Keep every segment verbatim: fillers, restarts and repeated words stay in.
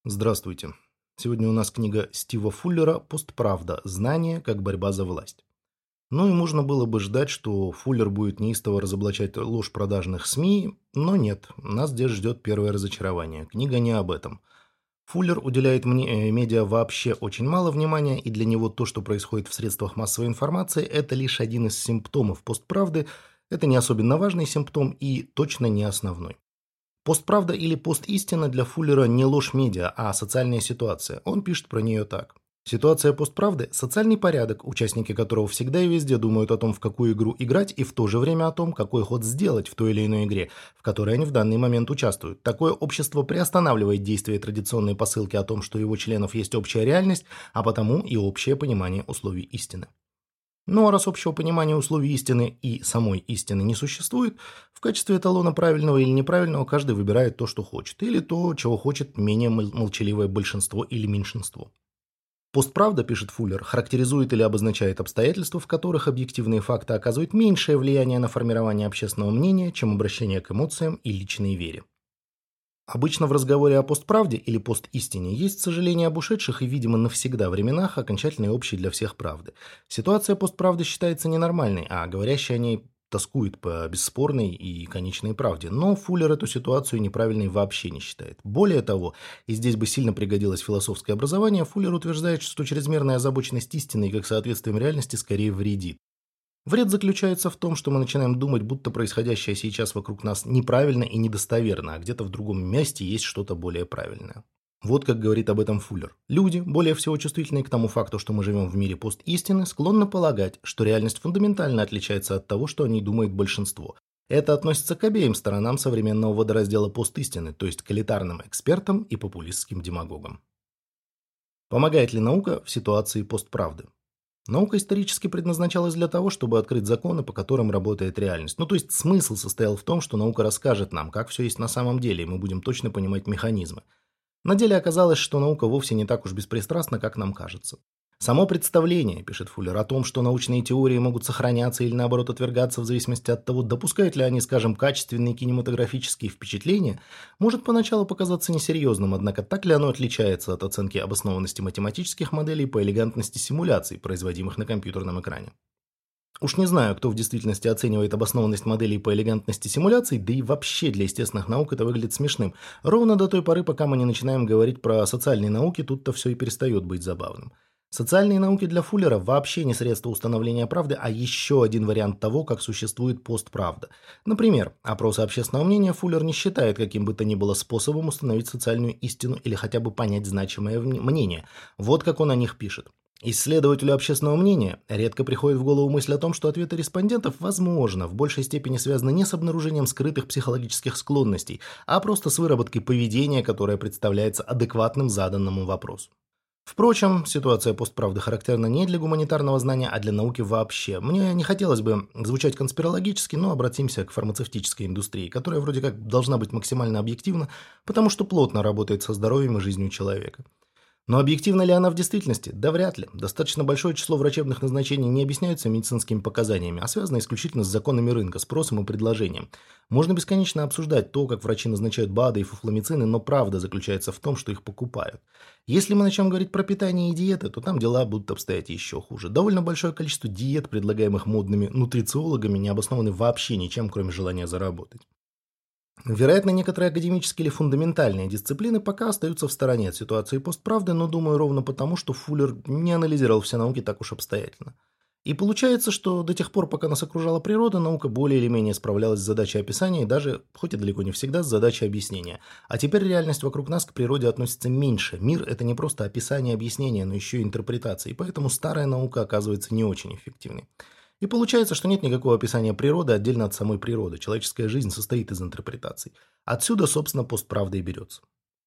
Здравствуйте. Сегодня у нас книга Стива Фуллера «Постправда. Знание как борьба за власть». Ну и можно было бы ждать, что Фуллер будет неистово разоблачать ложь продажных СМИ, но нет, нас здесь ждет первое разочарование. Книга не об этом. Фуллер уделяет мне, э, медиа вообще очень мало внимания, и для него то, что происходит в средствах массовой информации, это лишь один из симптомов постправды, это не особенно важный симптом и точно не основной. Постправда или постистина для Фуллера не ложь медиа, а социальная ситуация. Он пишет про нее так. Ситуация постправды – социальный порядок, участники которого всегда и везде думают о том, в какую игру играть, и в то же время о том, какой ход сделать в той или иной игре, в которой они в данный момент участвуют. Такое общество приостанавливает действие традиционной посылки о том, что у его членов есть общая реальность, а потому и общее понимание условий истины. Ну а раз общего понимания условий истины и самой истины не существует, в качестве эталона правильного или неправильного каждый выбирает то, что хочет, или то, чего хочет менее мол- молчаливое большинство или меньшинство. Постправда, пишет Фуллер, характеризует или обозначает обстоятельства, в которых объективные факты оказывают меньшее влияние на формирование общественного мнения, чем обращение к эмоциям и личной вере. Обычно в разговоре о постправде или постистине есть сожаление об ушедших и, видимо, навсегда временах, окончательной общей для всех правды. Ситуация постправды считается ненормальной, а говорящий о ней тоскует по бесспорной и конечной правде. Но Фуллер эту ситуацию неправильной вообще не считает. Более того, и здесь бы сильно пригодилось философское образование, Фуллер утверждает, что чрезмерная озабоченность истиной как соответствием реальности скорее вредит. Вред заключается в том, что мы начинаем думать, будто происходящее сейчас вокруг нас неправильно и недостоверно, а где-то в другом месте есть что-то более правильное. Вот как говорит об этом Фуллер. Люди, более всего чувствительные к тому факту, что мы живем в мире постистины, склонны полагать, что реальность фундаментально отличается от того, что о ней думает большинство. Это относится к обеим сторонам современного водораздела постистины, то есть к элитарным экспертам и популистским демагогам. Помогает ли наука в ситуации постправды? Наука исторически предназначалась для того, чтобы открыть законы, по которым работает реальность. Ну, то есть смысл состоял в том, что наука расскажет нам, как все есть на самом деле, и мы будем точно понимать механизмы. На деле оказалось, что наука вовсе не так уж беспристрастна, как нам кажется. Само представление, пишет Фуллер, о том, что научные теории могут сохраняться или наоборот отвергаться в зависимости от того, допускают ли они, скажем, качественные кинематографические впечатления, может поначалу показаться несерьезным, однако так ли оно отличается от оценки обоснованности математических моделей по элегантности симуляций, производимых на компьютерном экране? Уж не знаю, кто в действительности оценивает обоснованность моделей по элегантности симуляций, да и вообще для естественных наук это выглядит смешным. Ровно до той поры, пока мы не начинаем говорить про социальные науки, тут-то все и перестает быть забавным. Социальные науки для Фуллера вообще не средство установления правды, а еще один вариант того, как существует постправда. Например, опросы общественного мнения Фуллер не считает каким бы то ни было способом установить социальную истину или хотя бы понять значимое вне- мнение. Вот как он о них пишет. Исследователю общественного мнения редко приходит в голову мысль о том, что ответы респондентов, возможно, в большей степени связаны не с обнаружением скрытых психологических склонностей, а просто с выработкой поведения, которое представляется адекватным заданному вопросу. Впрочем, ситуация постправды характерна не для гуманитарного знания, а для науки вообще. Мне не хотелось бы звучать конспирологически, но обратимся к фармацевтической индустрии, которая вроде как должна быть максимально объективна, потому что плотно работает со здоровьем и жизнью человека. Но объективна ли она в действительности? Да вряд ли. Достаточно большое число врачебных назначений не объясняются медицинскими показаниями, а связано исключительно с законами рынка, спросом и предложением. Можно бесконечно обсуждать то, как врачи назначают БАДы и фуфломицины, но правда заключается в том, что их покупают. Если мы начнем говорить про питание и диеты, то там дела будут обстоять еще хуже. Довольно большое количество диет, предлагаемых модными нутрициологами, не обоснованы вообще ничем, кроме желания заработать. Вероятно, некоторые академические или фундаментальные дисциплины пока остаются в стороне от ситуации постправды, но думаю ровно потому, что Фуллер не анализировал все науки так уж обстоятельно. И получается, что до тех пор, пока нас окружала природа, наука более или менее справлялась с задачей описания и даже, хоть и далеко не всегда, с задачей объяснения. А теперь реальность вокруг нас к природе относится меньше. Мир – это не просто описание и объяснение, но еще и интерпретация, и поэтому старая наука оказывается не очень эффективной. И получается, что нет никакого описания природы отдельно от самой природы. Человеческая жизнь состоит из интерпретаций. Отсюда, собственно, постправда и берется.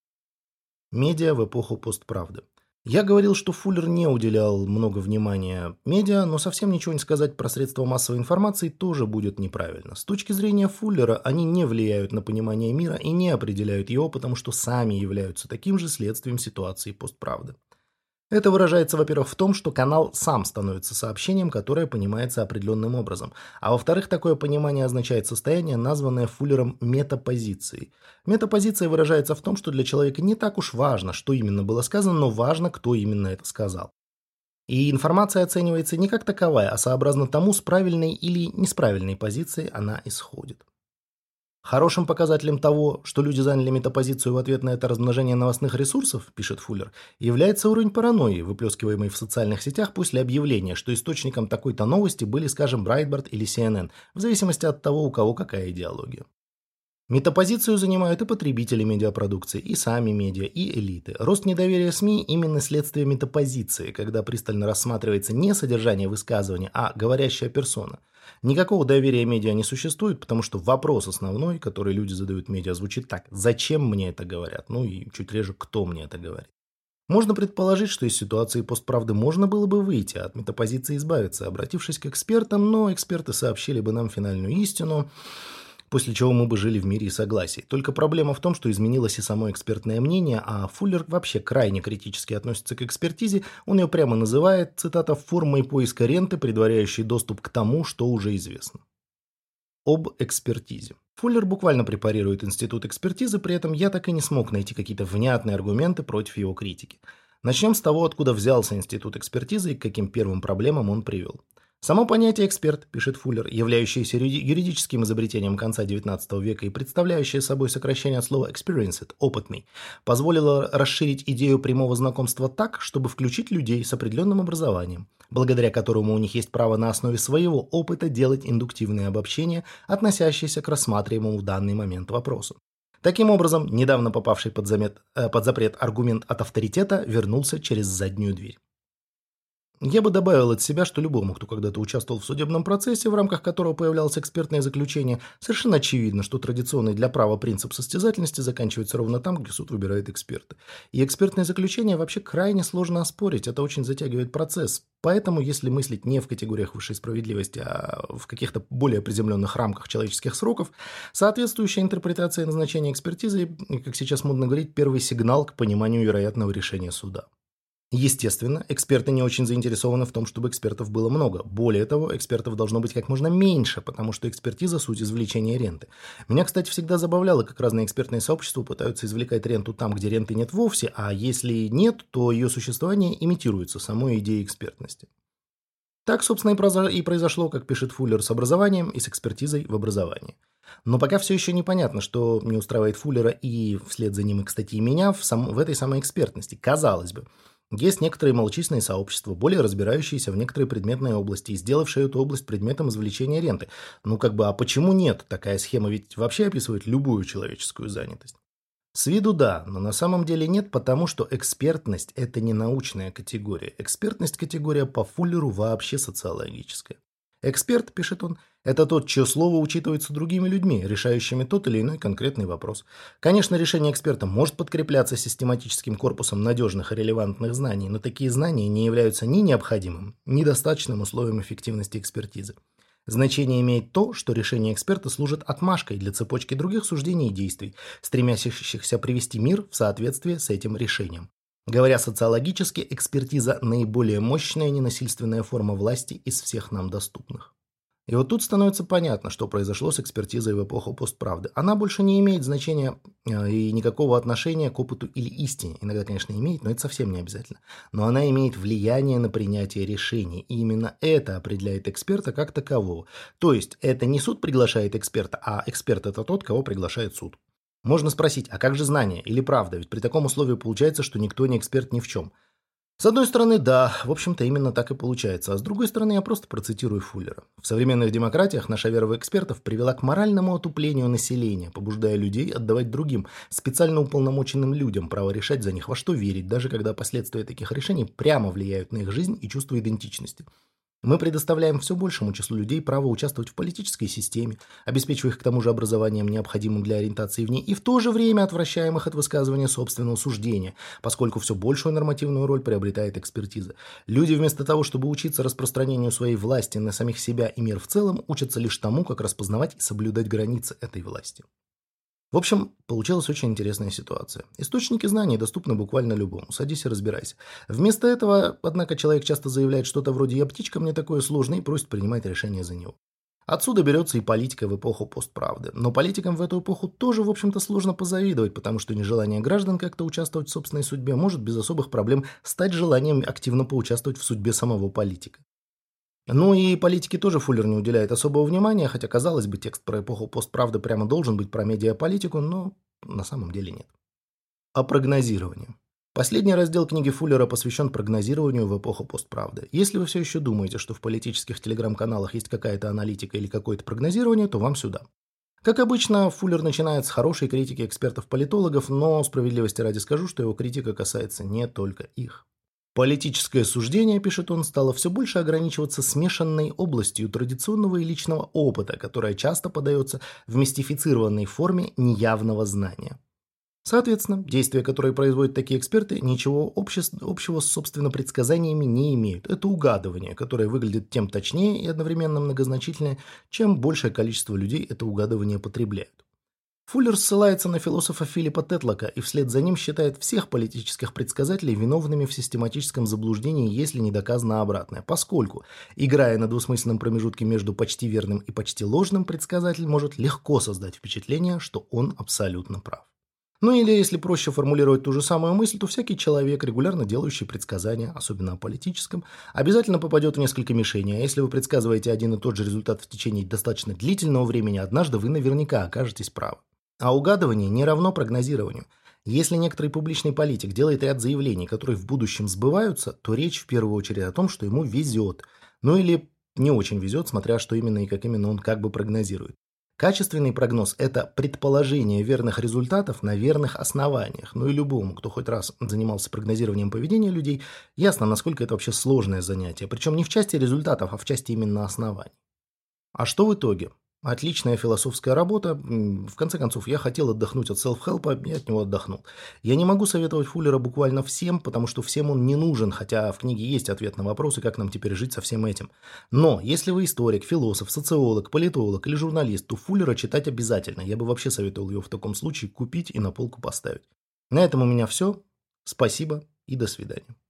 Медиа в эпоху постправды. Я говорил, что Фуллер не уделял много внимания медиа, но совсем ничего не сказать про средства массовой информации тоже будет неправильно. С точки зрения Фуллера, они не влияют на понимание мира и не определяют его, потому что сами являются таким же следствием ситуации постправды. Это выражается, во-первых, в том, что канал сам становится сообщением, которое понимается определенным образом. А во-вторых, такое понимание означает состояние, названное Фуллером метапозицией. Метапозиция выражается в том, что для человека не так уж важно, что именно было сказано, но важно, кто именно это сказал. И информация оценивается не как таковая, а сообразно тому, с правильной или не с правильной позиции она исходит. Хорошим показателем того, что люди заняли метапозицию в ответ на это размножение новостных ресурсов, пишет Фуллер, является уровень паранойи, выплескиваемый в социальных сетях после объявления, что источником такой-то новости были, скажем, Брайтбард или Си Эн Эн, в зависимости от того, у кого какая идеология. Метапозицию занимают и потребители медиапродукции, и сами медиа, и элиты. Рост недоверия СМИ – именно следствие метапозиции, когда пристально рассматривается не содержание высказывания, а говорящая персона. Никакого доверия медиа не существует, потому что вопрос основной, который люди задают медиа, звучит так: «Зачем мне это говорят?» Ну и чуть реже «Кто мне это говорит?». Можно предположить, что из ситуации постправды можно было бы выйти, а от метапозиции избавиться, обратившись к экспертам, но эксперты сообщили бы нам финальную истину, после чего мы бы жили в мире и согласии. Только проблема в том, что изменилось и само экспертное мнение, а Фуллер вообще крайне критически относится к экспертизе, он ее прямо называет, цитата, «формой поиска ренты, предваряющей доступ к тому, что уже известно». Об экспертизе. Фуллер буквально препарирует институт экспертизы, при этом я так и не смог найти какие-то внятные аргументы против его критики. Начнем с того, откуда взялся институт экспертизы и к каким первым проблемам он привел. Само понятие «эксперт», пишет Фуллер, являющееся юридическим изобретением конца девятнадцатого века и представляющее собой сокращение от слова «experienced» – «опытный», позволило расширить идею прямого знакомства так, чтобы включить людей с определенным образованием, благодаря которому у них есть право на основе своего опыта делать индуктивные обобщения, относящиеся к рассматриваемому в данный момент вопросу. Таким образом, недавно попавший под, замет, э, под запрет аргумент от авторитета вернулся через заднюю дверь. Я бы добавил от себя, что любому, кто когда-то участвовал в судебном процессе, в рамках которого появлялось экспертное заключение, совершенно очевидно, что традиционный для права принцип состязательности заканчивается ровно там, где суд выбирает эксперта. И экспертное заключение вообще крайне сложно оспорить, это очень затягивает процесс. Поэтому, если мыслить не в категориях высшей справедливости, а в каких-то более приземленных рамках человеческих сроков, соответствующая интерпретация назначения экспертизы, как сейчас модно говорить, первый сигнал к пониманию вероятного решения суда. Естественно, эксперты не очень заинтересованы в том, чтобы экспертов было много. Более того, экспертов должно быть как можно меньше, потому что экспертиза – суть извлечения ренты. Меня, кстати, всегда забавляло, как разные экспертные сообщества пытаются извлекать ренту там, где ренты нет вовсе, а если нет, то ее существование имитируется самой идеей экспертности. Так, собственно, и произошло, как пишет Фуллер, с образованием и с экспертизой в образовании. Но пока все еще непонятно, что не устраивает Фуллера и, вслед за ним, и, кстати, и меня в, сам, в этой самой экспертности. Казалось бы, есть некоторые малочисленные сообщества, более разбирающиеся в некоторой предметной области и сделавшие эту область предметом извлечения ренты. Ну как бы, а почему нет? Такая схема ведь вообще описывает любую человеческую занятость. С виду да, но на самом деле нет, потому что экспертность – это не научная категория. Экспертность – категория по Фуллеру вообще социологическая. Эксперт, пишет он, это тот, чье слово учитывается другими людьми, решающими тот или иной конкретный вопрос. Конечно, решение эксперта может подкрепляться систематическим корпусом надежных и релевантных знаний, но такие знания не являются ни необходимым, ни достаточным условием эффективности экспертизы. Значение имеет то, что решение эксперта служит отмашкой для цепочки других суждений и действий, стремящихся привести мир в соответствие с этим решением. Говоря социологически, экспертиза – наиболее мощная ненасильственная форма власти из всех нам доступных. И вот тут становится понятно, что произошло с экспертизой в эпоху постправды. Она больше не имеет значения и никакого отношения к опыту или истине. Иногда, конечно, имеет, но это совсем не обязательно. Но она имеет влияние на принятие решений. И именно это определяет эксперта как такового. То есть это не суд приглашает эксперта, а эксперт – это тот, кого приглашает суд. Можно спросить, а как же знание или правда? Ведь при таком условии получается, что никто не эксперт ни в чем. С одной стороны, да, в общем-то именно так и получается, а с другой стороны, я просто процитирую Фуллера. В современных демократиях наша вера в экспертов привела к моральному отуплению населения, побуждая людей отдавать другим, специально уполномоченным людям право решать за них, во что верить, даже когда последствия таких решений прямо влияют на их жизнь и чувство идентичности. Мы предоставляем все большему числу людей право участвовать в политической системе, обеспечивая их к тому же образованием, необходимым для ориентации в ней, и в то же время отвращаем их от высказывания собственного суждения, поскольку все большую нормативную роль приобретает экспертиза. Люди вместо того, чтобы учиться распространению своей власти на самих себя и мир в целом, учатся лишь тому, как распознавать и соблюдать границы этой власти. В общем, получилась очень интересная ситуация. Источники знаний доступны буквально любому. Садись и разбирайся. Вместо этого, однако, человек часто заявляет что-то вроде «я птичка, мне такое сложно» и просит принимать решения за него. Отсюда берется и политика в эпоху постправды. Но политикам в эту эпоху тоже, в общем-то, сложно позавидовать, потому что нежелание граждан как-то участвовать в собственной судьбе может без особых проблем стать желанием активно поучаствовать в судьбе самого политика. Ну и политике тоже Фуллер не уделяет особого внимания, хотя, казалось бы, текст про эпоху постправды прямо должен быть про медиаполитику, но на самом деле нет. О прогнозировании. Последний раздел книги Фуллера посвящен прогнозированию в эпоху постправды. Если вы все еще думаете, что в политических телеграм-каналах есть какая-то аналитика или какое-то прогнозирование, то вам сюда. Как обычно, Фуллер начинает с хорошей критики экспертов-политологов, но справедливости ради скажу, что его критика касается не только их. Политическое суждение, пишет он, стало все больше ограничиваться смешанной областью традиционного и личного опыта, которая часто подается в мистифицированной форме неявного знания. Соответственно, действия, которые производят такие эксперты, ничего общес- общего с, собственно, предсказаниями не имеют. Это угадывание, которое выглядит тем точнее и одновременно многозначительнее, чем большее количество людей это угадывание потребляют. Фуллер ссылается на философа Филиппа Тетлока и вслед за ним считает всех политических предсказателей виновными в систематическом заблуждении, если не доказано обратное, поскольку, играя на двусмысленном промежутке между почти верным и почти ложным, предсказатель может легко создать впечатление, что он абсолютно прав. Ну или, если проще формулировать ту же самую мысль, то всякий человек, регулярно делающий предсказания, особенно о политическом, обязательно попадет в несколько мишеней, а если вы предсказываете один и тот же результат в течение достаточно длительного времени, однажды вы наверняка окажетесь правы. А угадывание не равно прогнозированию. Если некоторый публичный политик делает ряд заявлений, которые в будущем сбываются, то речь в первую очередь о том, что ему везет. Ну или не очень везет, смотря что именно и как именно он как бы прогнозирует. Качественный прогноз – это предположение верных результатов на верных основаниях. Ну и любому, кто хоть раз занимался прогнозированием поведения людей, ясно, насколько это вообще сложное занятие. Причем не в части результатов, а в части именно оснований. А что в итоге? Отличная философская работа. В конце концов, я хотел отдохнуть от селф-хелпа, и от него отдохнул. Я не могу советовать Фуллера буквально всем, потому что всем он не нужен, хотя в книге есть ответ на вопросы, как нам теперь жить со всем этим. Но если вы историк, философ, социолог, политолог или журналист, то Фуллера читать обязательно. Я бы вообще советовал его в таком случае купить и на полку поставить. На этом у меня все. Спасибо и до свидания.